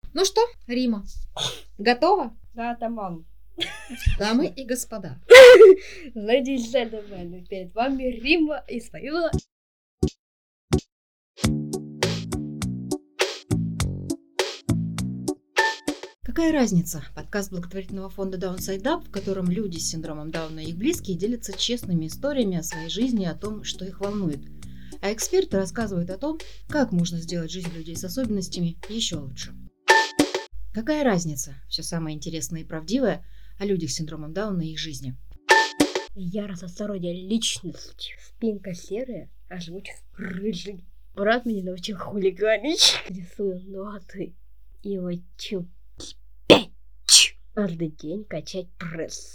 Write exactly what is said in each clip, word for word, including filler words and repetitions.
Ну что, Рима, готова? Да, тамам. Дамы и господа. Ladies and gentlemen, перед вами Рима Исмаилова. Какая разница? Подкаст благотворительного фонда Downside Up, в котором люди с синдромом Дауна и их близкие делятся честными историями о своей жизни и о том, что их волнует. А эксперты рассказывают о том, как можно сделать жизнь людей с особенностями еще лучше. Какая разница? Все самое интересное и правдивое о людях с синдромом Дауна и их жизни. Я разносторонняя личность. Спинка серая, а живучий рыжий. Брат меня научил хулиганить. Рисую ноты и учу каждый день качать пресс.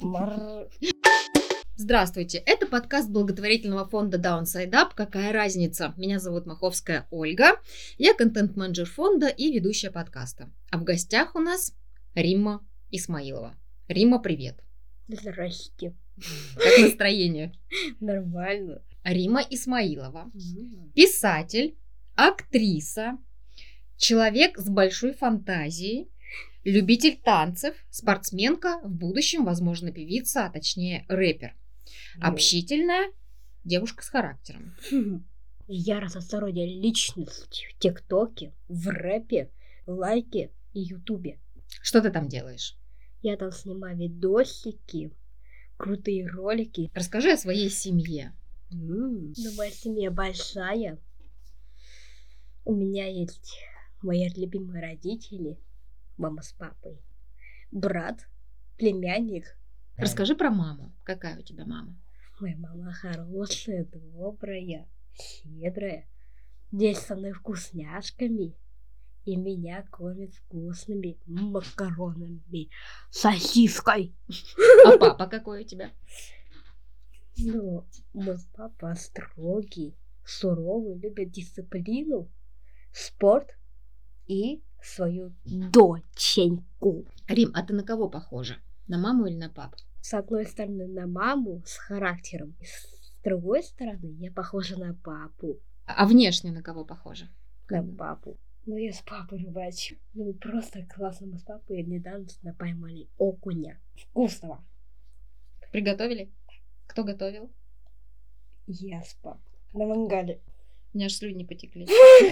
Здравствуйте, это подкаст благотворительного фонда Downside Up «Какая разница?». Меня зовут Маховская Ольга, я контент-менеджер фонда и ведущая подкаста. А в гостях у нас Римма Исмаилова. Римма, привет. Здрасте. Как настроение? Нормально. Римма Исмаилова, писатель, актриса, человек с большой фантазией, любитель танцев, спортсменка, в будущем, возможно, певица, а точнее рэпер. Общительная девушка с характером. Я разносторонняя личность в ТикТоке, в рэпе, лайке и ютубе. Что ты там делаешь? Я там снимаю видосики, крутые ролики. Расскажи о своей семье. Mm. Ну, моя семья большая. У меня есть мои любимые родители, мама с папой, брат, племянник. Расскажи про маму. Какая у тебя мама? Моя мама хорошая, добрая, щедрая. Делится со мной вкусняшками. И меня кормят вкусными макаронами, сосиской. А папа какой у тебя? Ну, мой папа строгий, суровый, любит дисциплину, спорт и свою доченьку. Рим, а ты на кого похожа? На маму или на папу? С одной стороны на маму с характером, с другой стороны я похожа на папу. А внешне на кого похожа? На папу. Ну, я с папой рыбачу. Ну, просто классно. Мы с папой недавно поймали окуня. Вкусного. Приготовили? Кто готовил? Я с папой. На мангале. У меня аж слюни потекли.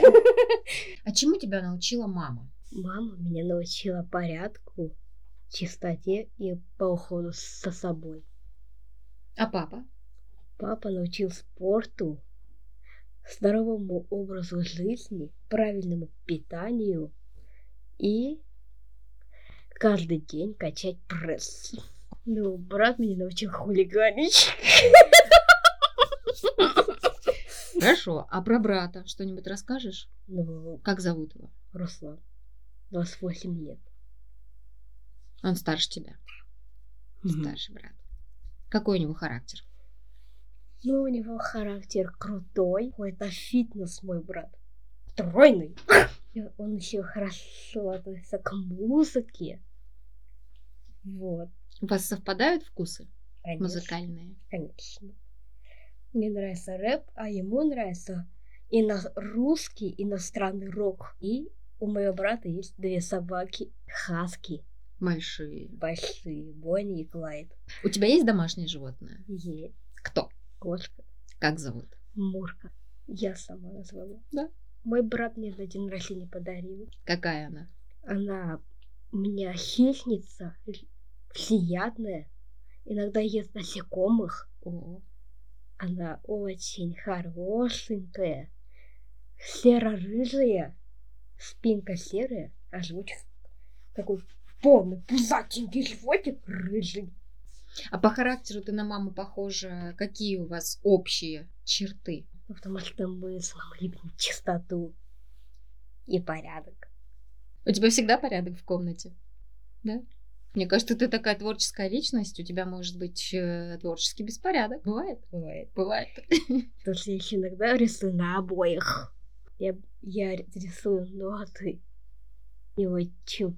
А чему тебя научила мама? Мама меня научила порядку, чистоте и по уходу за собой. А папа? Папа научил спорту, здоровому образу жизни, правильному питанию и каждый день качать пресс. Ну, брат меня научил хулиганить. Хорошо, а про брата что-нибудь расскажешь? Ну, как зовут его? Руслан, двадцать восемь лет. Он старше тебя? Mm-hmm. Старший брат. Какой у него характер? Ну, у него характер крутой. Это фитнес, мой брат. Тройный. Он еще хорошо относится к музыке. Вот. У вас совпадают вкусы? Конечно. Музыкальные? Конечно. Мне нравится рэп, а ему нравится ино- русский иностранный рок. И у моего брата есть две собаки. Хаски. Большие. Большие. Бонни и Клайд. У тебя есть домашнее животное? Есть. Кто? Кошка. Как зовут? Мурка. Я сама назвала. Да. Мой брат мне на день рождения подарил. Какая она? Она у меня хищница, всеядная. Иногда ест насекомых. О. Она очень хорошенькая, серо-рыжая, спинка серая, а животик такой полный, пузатенький животик рыжий. А по характеру ты на маму похожа. Какие у вас общие черты? Потому что мы с мамой любим чистоту и порядок. У тебя всегда порядок в комнате? Да? Мне кажется, ты такая творческая личность, у тебя может быть э, творческий беспорядок. Бывает? Бывает. Бывает. Потому что я еще иногда рисую на обоях. Я, я рисую ноты и учу.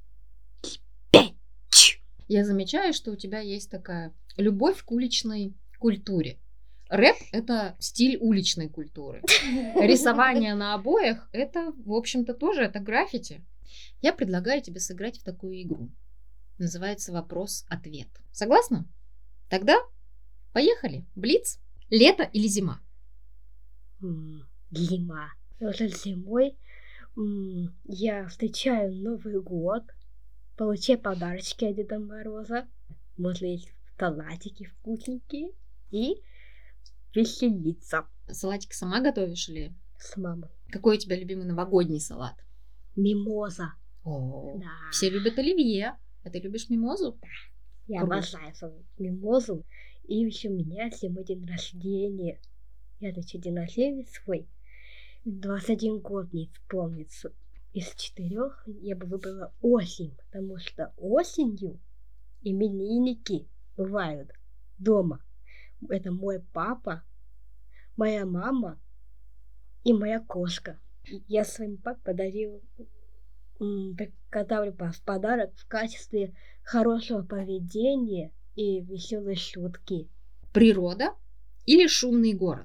Я замечаю, что у тебя есть такая любовь к уличной культуре. Рэп – это стиль уличной культуры. Рисование на обоях – это, в общем-то, тоже это граффити. Я предлагаю тебе сыграть в такую игру. Называется вопрос-ответ. Согласна? Тогда поехали. Блиц. Лето или зима? М, Зима. Потому что зимой м, я встречаю Новый год, получаю подарочки от Деда Мороза. Можно есть салатики вкусненькие и веселиться Салатик сама готовишь или... с мамой. Какой у тебя любимый новогодний салат? Мимоза. О, Да. все любят оливье. А ты любишь мимозу? Я Круто. обожаю свою мимозу. И еще у меня сегодня день рождения. Я еще день рождения свой. двадцать один год не исполнится. Из четырех я бы выбрала осень, потому что осенью именинники бывают дома. Это мой папа, моя мама и моя кошка. Я своим папе подарил, м, приготовлю в подарок в качестве хорошего поведения и веселой шутки. Природа или шумный город?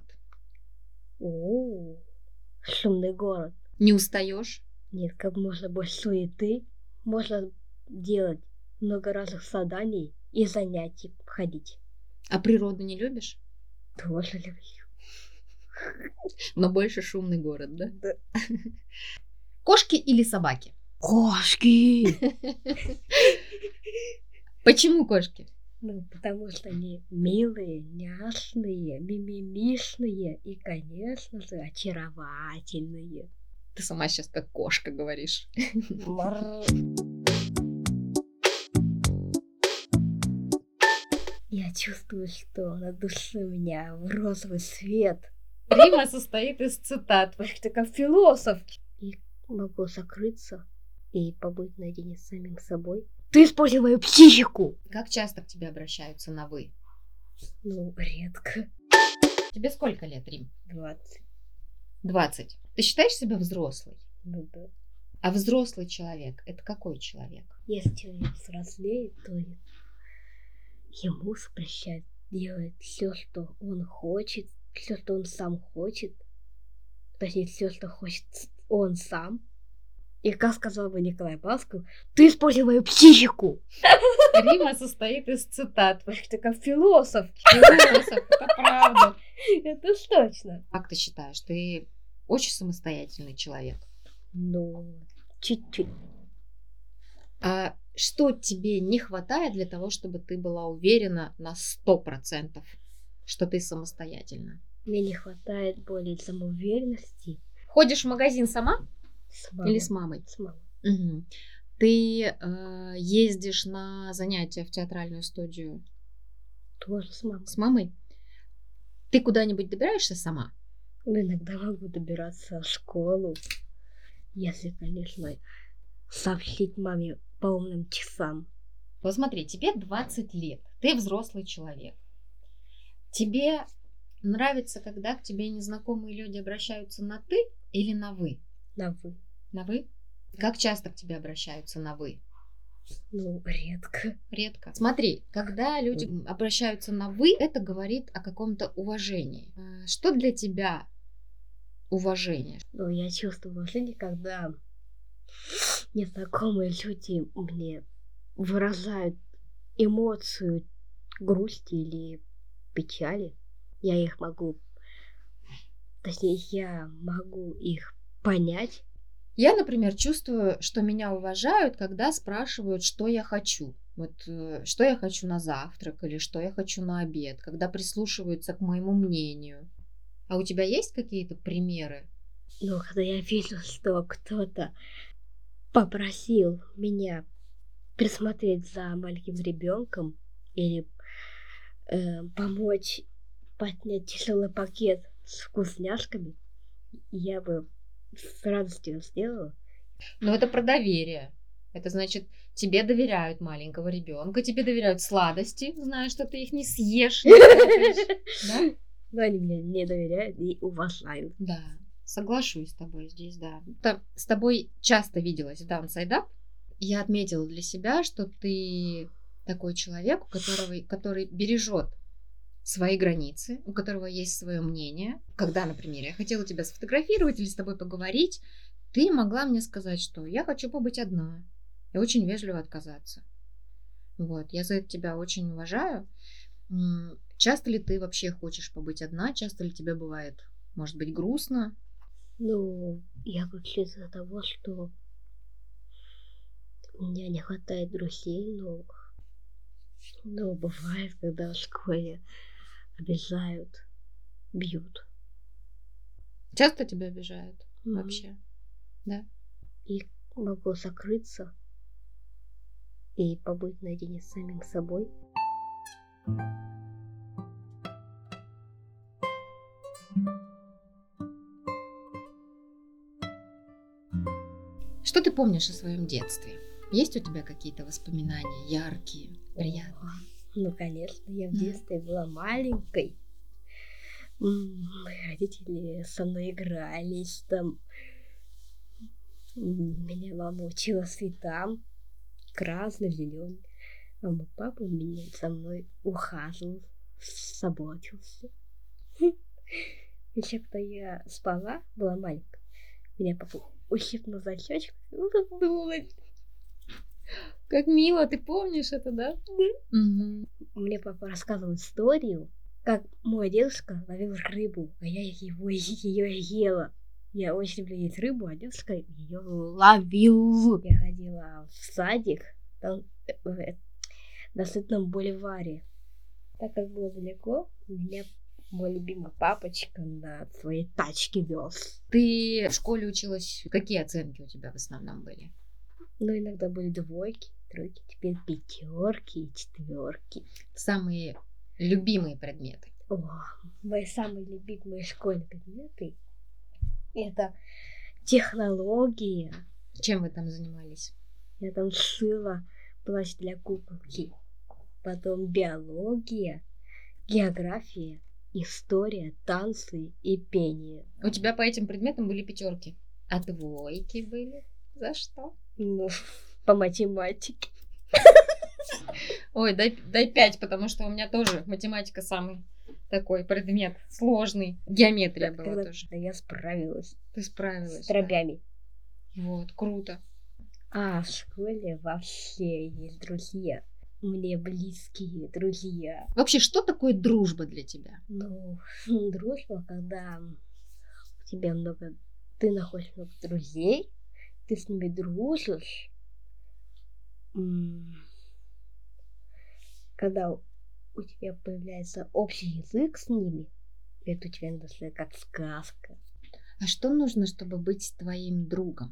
О, шумный город. Не устаешь? Нет, как можно больше суеты. Можно делать много разных заданий и занятий ходить. А природу не любишь? Тоже люблю. Но больше шумный город, да? Да. Кошки или собаки? Кошки! Почему кошки? Ну, потому что они милые, няшные, мимимишные и, конечно же, очаровательные. Ты сама сейчас как кошка говоришь. Я чувствую, что на душе у меня розовый свет. Рима состоит из цитат. Почти как философ. И могу закрыться и побыть наедине с самим собой. Ты используй мою психику! Как часто к тебе обращаются на «вы»? Ну, редко. Тебе сколько лет, Рим? Двадцать. Двадцать. Ты считаешь себя взрослой? Ну да. А взрослый человек – это какой человек? Если человек взрослеет, то ему запрещают делать все, что он хочет, все, что он сам хочет. Точнее, все, что хочет он сам. И как сказал бы Николай Басков, ты используй мою психику! Рима состоит из цитат. Почти как философ. Философ, это правда. Это ж точно. Как ты считаешь, ты очень самостоятельный человек? Ну, чуть-чуть. А что тебе не хватает для того, чтобы ты была уверена на сто процентов, что ты самостоятельна? Мне не хватает более самоуверенности. Ходишь в магазин сама С мамой. или с мамой? С мамой. Угу. Ты э, ездишь на занятия в театральную студию Тоже с мамой. с мамой? Ты куда-нибудь добираешься сама? Ну, иногда могу добираться в школу, если, конечно, сообщить маме по умным часам. Вот смотри, тебе двадцать лет, ты взрослый человек. Тебе нравится, когда к тебе незнакомые люди обращаются на «ты» или на «вы»? На «вы». На «вы»? Как часто к тебе обращаются на «вы»? Ну, редко. Редко. Смотри, когда люди обращаются на «вы», это говорит о каком-то уважении. А что для тебя уважение? Ну, я чувствую уважение, когда незнакомые люди мне выражают эмоцию грусти или печали. Я их могу, точнее, я могу их понять. Я, например, чувствую, что меня уважают, когда спрашивают, что я хочу. Вот э, что я хочу на завтрак или что я хочу на обед, когда прислушиваются к моему мнению. А у тебя есть какие-то примеры? Но когда я вижу, что кто-то попросил меня присмотреть за маленьким ребенком или э, помочь поднять тяжелый пакет с вкусняшками, я бы с радостью сделала. Ну, это про доверие. Это значит, тебе доверяют маленького ребенка, тебе доверяют сладости, зная, что ты их не съешь. Не кушаешь. Да? Но они мне не доверяют и уважают. Да, соглашусь с тобой здесь, да. Та- С тобой часто виделась в Downside Up. Я отметила для себя, что ты такой человек, у которого, который бережет свои границы, у которого есть свое мнение. Когда, например, я хотела тебя сфотографировать или с тобой поговорить, ты могла мне сказать, что я хочу побыть одна, и очень вежливо отказаться. Вот, я за это тебя очень уважаю. М, Часто ли ты вообще хочешь побыть одна? Часто ли тебе бывает, может быть, грустно? Ну, я хочу из-за того, что у меня не хватает друзей новых. Но бывает, когда в школе обижают, бьют. Часто тебя обижают Мгм. вообще? Да? И могу закрыться и побыть наедине с самим собой. Что ты помнишь о своем детстве? Есть у тебя какие-то воспоминания яркие, приятные? Ну, конечно, я в Мгм. детстве была маленькой. М, Мои родители со мной игрались там. М, Меня мама учила цветам, красный, зеленый. А мой папа меня со мной ухаживал, заботился. Еще когда я спала, была маленькая, меня папа ущипнул за щечку и улыбнулась. Как мило, ты помнишь это, да? Мгм. Мне папа рассказывал историю, как мой дедушка ловил рыбу, а я его ее ела. Я очень люблю есть рыбу, а дедушка ее ловил. Я ходила в садик там, э, э, на Сытном бульваре. Так как было далеко, меня мой любимый папочка на своей тачке вез. Ты в школе училась, какие оценки у тебя в основном были? Но иногда были двойки, тройки, теперь пятерки и четверки. Самые любимые предметы? О, мои самые любимые школьные предметы — это технология. Чем вы там занимались? Я там шила плащ для куколки. Потом биология, география, история, танцы и пение. У тебя по этим предметам были пятерки, а двойки были? За что? Ну, по математике. Ой, дай, дай пять, потому что у меня тоже математика самый такой предмет сложный. Геометрия была Когда тоже. я справилась Ты справилась. с да. дробями. Вот, круто. А в школе вообще есть друзья. Мне близкие друзья. Вообще, что такое дружба для тебя? Ну, дружба, когда у тебя много... Ты находишь много друзей, ты с ними дружишь. М, Когда у тебя появляется общий язык с ними, это у тебя на душе как сказка. А что нужно, чтобы быть твоим другом?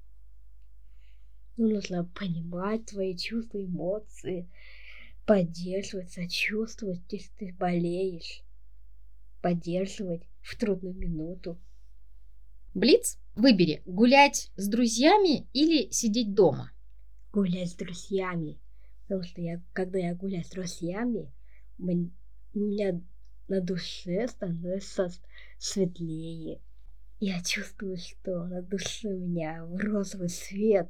Ну, нужно понимать твои чувства, эмоции, поддерживать, сочувствовать, если ты болеешь, поддерживать в трудную минуту. Блиц, выбери, гулять с друзьями или сидеть дома? Гулять с друзьями. Потому что я, когда я гуляю с друзьями, мн- у меня на душе становится с- светлее. Я чувствую, что на душе у меня розовый свет.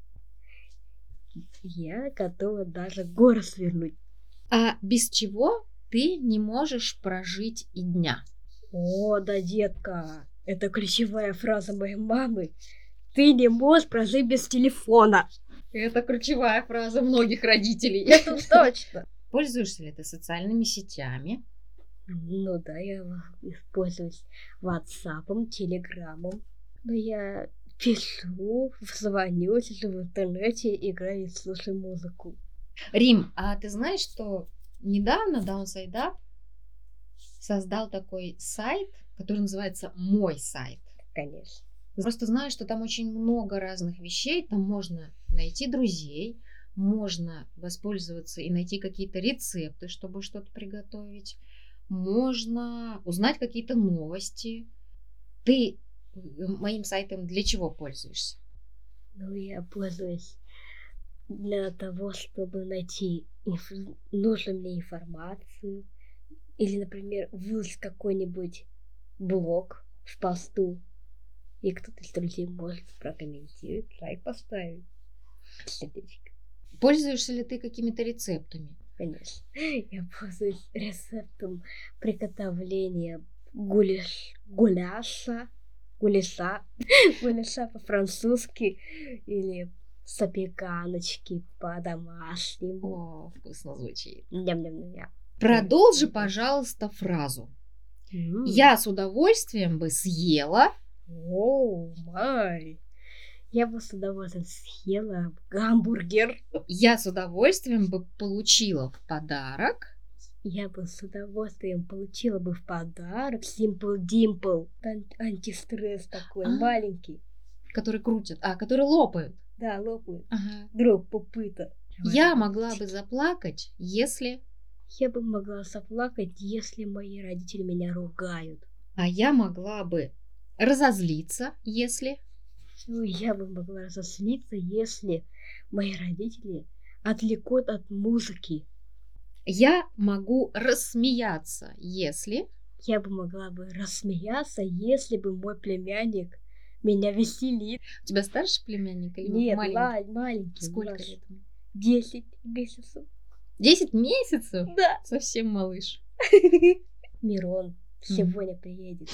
Я готова даже горы свернуть. А без чего ты не можешь прожить и дня? О, да, детка, это ключевая фраза моей мамы. Ты не можешь прожить без телефона. Это ключевая фраза многих родителей. Это точно. Пользуешься ли ты социальными сетями? Ну да, я использую WhatsApp, Телеграмом. Но я пишу, звоню, сижу в интернете, играю и слушаю музыку. Рим, а ты знаешь, что недавно Downside Up создал такой сайт, который называется «Мой сайт». Конечно. Просто знаю, что там очень много разных вещей. Там можно найти друзей, можно воспользоваться и найти какие-то рецепты, чтобы что-то приготовить. Можно узнать какие-то новости. Ты моим сайтом для чего пользуешься? Ну, я пользуюсь для того, чтобы найти инф- нужную мне информацию. Или, например, выложить какой-нибудь блог в посту. И кто-то из друзей может прокомментировать, лайк поставить. Сердечко. Пользуешься ли ты какими-то рецептами? Конечно. Я пользуюсь рецептом приготовления гуляш, гуляша Кулеса. Кулеса по-французски или запеканочки по-домашнему. О, вкусно звучит. Ням-ням-ням. Продолжи, пожалуйста, фразу. М. Я с удовольствием бы съела. Оу, май. Я бы с удовольствием съела гамбургер. Я с удовольствием бы получила в подарок. Я бы с удовольствием получила бы в подарок Simple Dimple. Ан- антистресс такой, А. маленький. Который крутят, а, который лопают. Да, лопает. Ага. Друг попыта. Я могла бы заплакать, если... Я бы могла заплакать, если мои родители меня ругают. А я могла бы разозлиться, если... Ну, я бы могла разозлиться, если мои родители отвлекут от музыки. Я могу рассмеяться, если... Я бы могла бы рассмеяться, если бы мой племянник меня веселит. У тебя старший племянник или Нет, маленький? ма- маленький. Сколько младший. лет ему? Десять месяцев. Десять месяцев? Да. Совсем малыш. Мирон сегодня приедет.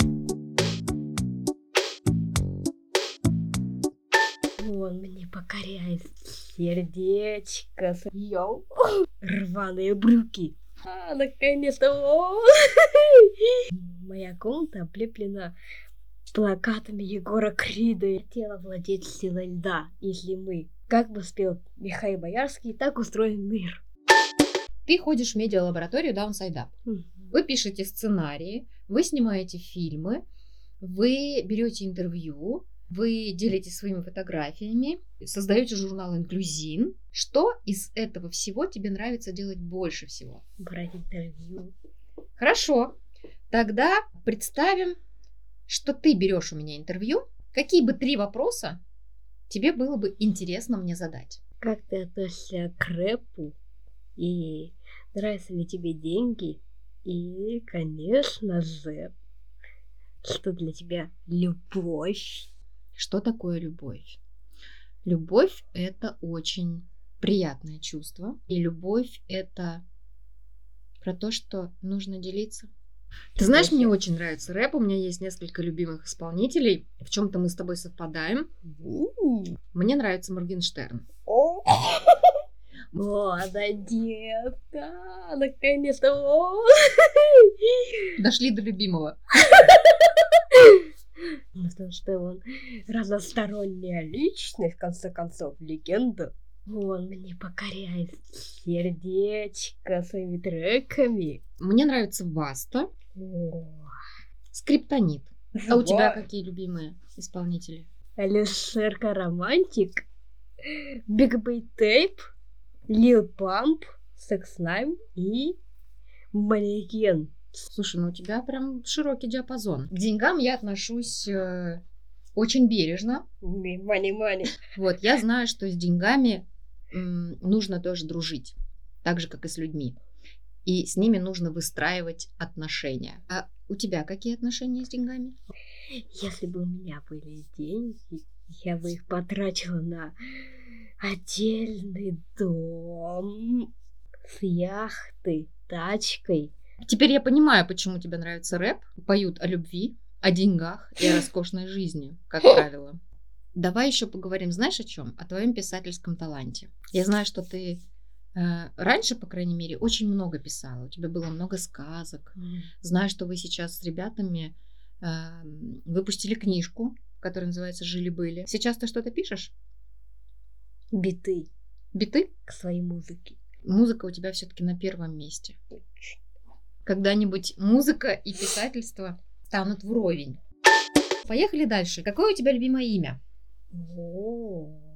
Он мне покоряет сердечко. Йоу. Рваные брюки. А, наконец-то. О! Моя комната облеплена плакатами Егора Крида. Я хотела владеть силой льда и зимы. Как бы спел Михаил Боярский, так устроен мир. Ты ходишь в медиалабораторию Downside Up. Вы пишете сценарии, вы снимаете фильмы, вы берете интервью, вы делитесь своими фотографиями, создаете журнал «Инклюзин». Что из этого всего тебе нравится делать больше всего? Брать интервью. Хорошо. Тогда представим, что ты берешь у меня интервью. Какие бы три вопроса тебе было бы интересно мне задать? Как ты относишься к рэпу? И нравятся ли тебе деньги? И, конечно же, что для тебя любовь? Что такое любовь? Любовь – это очень приятное чувство. И любовь – это про то, что нужно делиться. Ты знаешь, мне очень нравится рэп. У меня есть несколько любимых исполнителей. В чем-то мы с тобой совпадаем. Мне нравится Моргенштерн. Молодец-ка, наконец-то. О! Дошли до любимого. Потому что он разносторонняя личность, в конце концов, легенда. Он мне покоряет сердечко своими треками. Мне нравится Баста, О, Скриптонит. А у тебя Вау. какие любимые исполнители? Алишерка Романтик, Биг Бэй Тейп, Лил Памп, Секс Найм и Манекен. Слушай, ну у тебя прям широкий диапазон. К деньгам я отношусь э, очень бережно. Мани-мани. Вот, я знаю, что с деньгами м, нужно тоже дружить, так же, как и с людьми. И с ними нужно выстраивать отношения. А у тебя какие отношения с деньгами? Если бы у меня были деньги, я бы их потратила на отдельный дом с яхтой, тачкой. Теперь я понимаю, почему тебе нравится рэп. Поют о любви, о деньгах и о роскошной жизни, как правило. Давай еще поговорим, знаешь, о чем? О твоем писательском таланте. Я знаю, что ты э, раньше, по крайней мере, очень много писала. У тебя было много сказок. Знаю, что вы сейчас с ребятами э, выпустили книжку, которая называется «Жили-были». Сейчас ты что-то пишешь? Биты Биты? к своей музыке. Музыка у тебя все-таки на первом месте. Когда-нибудь музыка и писательство станут вровень. Поехали дальше. Какое у тебя любимое имя? О,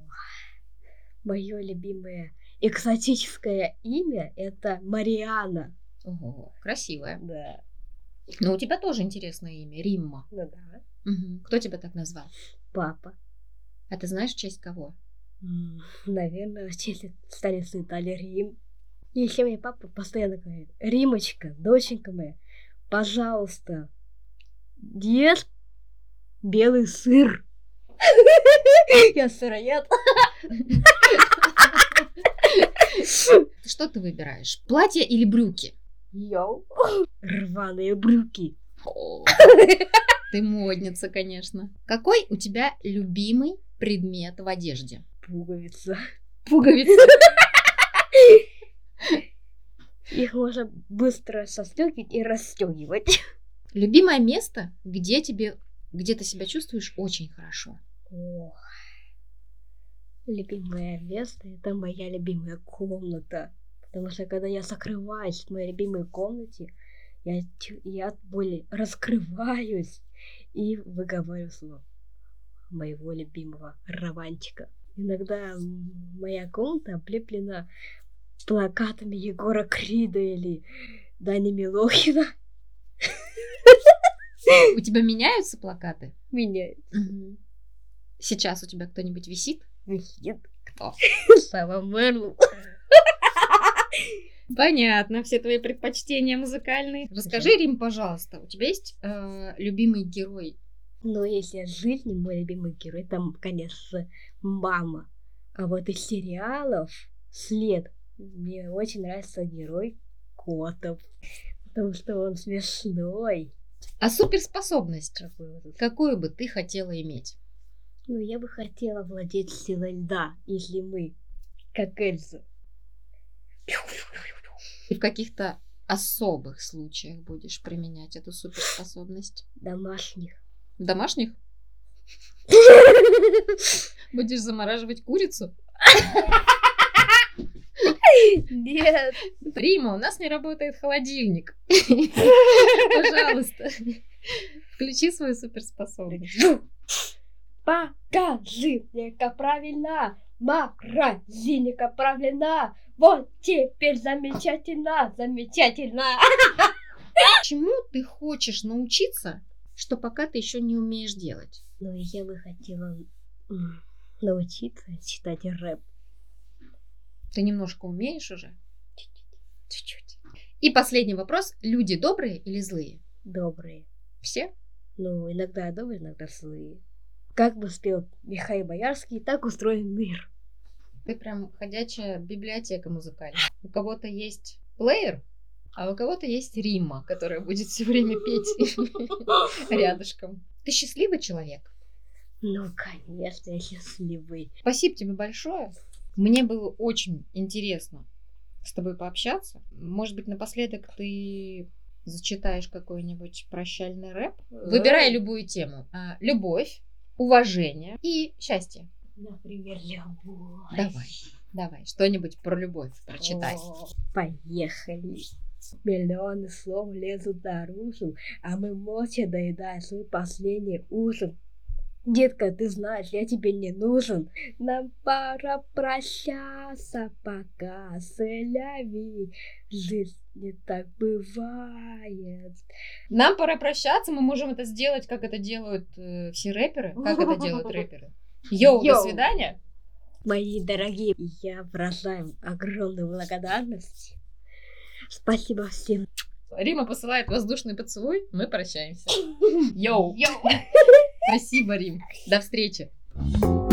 мое любимое экзотическое имя это Мариана. Ого, красивое. Да. Но у тебя тоже интересное имя. Римма. Ну да. Мгм. Кто тебя так назвал? Папа. А ты знаешь, в честь кого? М, Наверное, в честь столицы Италии Рим. И еще мне папа постоянно говорит: Римочка, доченька моя, пожалуйста, ешь белый сыр. Я сыроед. Что ты выбираешь? Платье или брюки? Йоу. Рваные брюки. О, Ты модница, конечно. Какой у тебя любимый предмет в одежде? Пуговица. Пуговица. Их можно быстро состегивать и расстегивать. Любимое место, где тебе, где ты себя чувствуешь очень хорошо? Ох. Любимое место — это моя любимая комната. Потому что когда я закрываюсь в моей любимой комнате, я, я более раскрываюсь и выговариваю слово моего любимого романтика. Иногда моя комната облеплена плакатами Егора Крида или Дани Милохина. У тебя меняются плакаты? Меняются. Угу. Сейчас у тебя кто-нибудь висит? Висит. Кто? Сава Мерлоу. Понятно, все твои предпочтения музыкальные. Расскажи, Рим, пожалуйста, у тебя есть э, любимый герой? Ну, если в жизни мой любимый герой, там, конечно, мама. А вот из сериалов «След» мне очень нравится герой Котов, потому что он смешной. А суперспособность Какой вот это? какую бы ты хотела иметь? Ну, я бы хотела владеть силой льда, если мы, как Эльза. И в каких-то особых случаях будешь применять эту суперспособность? Домашних. В домашних? Будешь замораживать курицу? Нет. Рима, у нас не работает холодильник. Пожалуйста, включи свою суперспособность. Покажи мне, как правильно морозильника правильно. Вот теперь замечательно, замечательно. Чему ты хочешь научиться, что пока ты еще не умеешь делать? Ну, я бы хотела м, научиться читать рэп. Ты немножко умеешь уже? Чуть-чуть. И последний вопрос. Люди добрые или злые? Добрые. Все? Ну, иногда добрые, иногда злые. Как бы спел Михаил Боярский, так устроен мир. Ты прям ходячая библиотека музыкальная. У кого-то есть плеер, а у кого-то есть Римма, которая будет все время петь рядышком. Ты счастливый человек? Ну, конечно, я счастливый. Спасибо тебе большое. Мне было очень интересно с тобой пообщаться. Может быть, напоследок ты зачитаешь какой-нибудь прощальный рэп? Выбирай любую тему. А, любовь, уважение и счастье. Например, любовь. Давай, давай, что-нибудь про любовь прочитай. О, поехали. Миллионы слов лезут наружу, а мы молча доедаем свой последний ужин. Детка, ты знаешь, я тебе не нужен. Нам пора прощаться, пока сэляви. Жизнь не так бывает. Нам пора прощаться, мы можем это сделать, как это делают э, все рэперы. Как это делают рэперы? Йоу, до Йоу. свидания. Мои дорогие, я выражаю огромную благодарность. Спасибо всем. Рима посылает воздушный поцелуй, мы прощаемся. Йоу. Йоу. Спасибо, Рим. До встречи.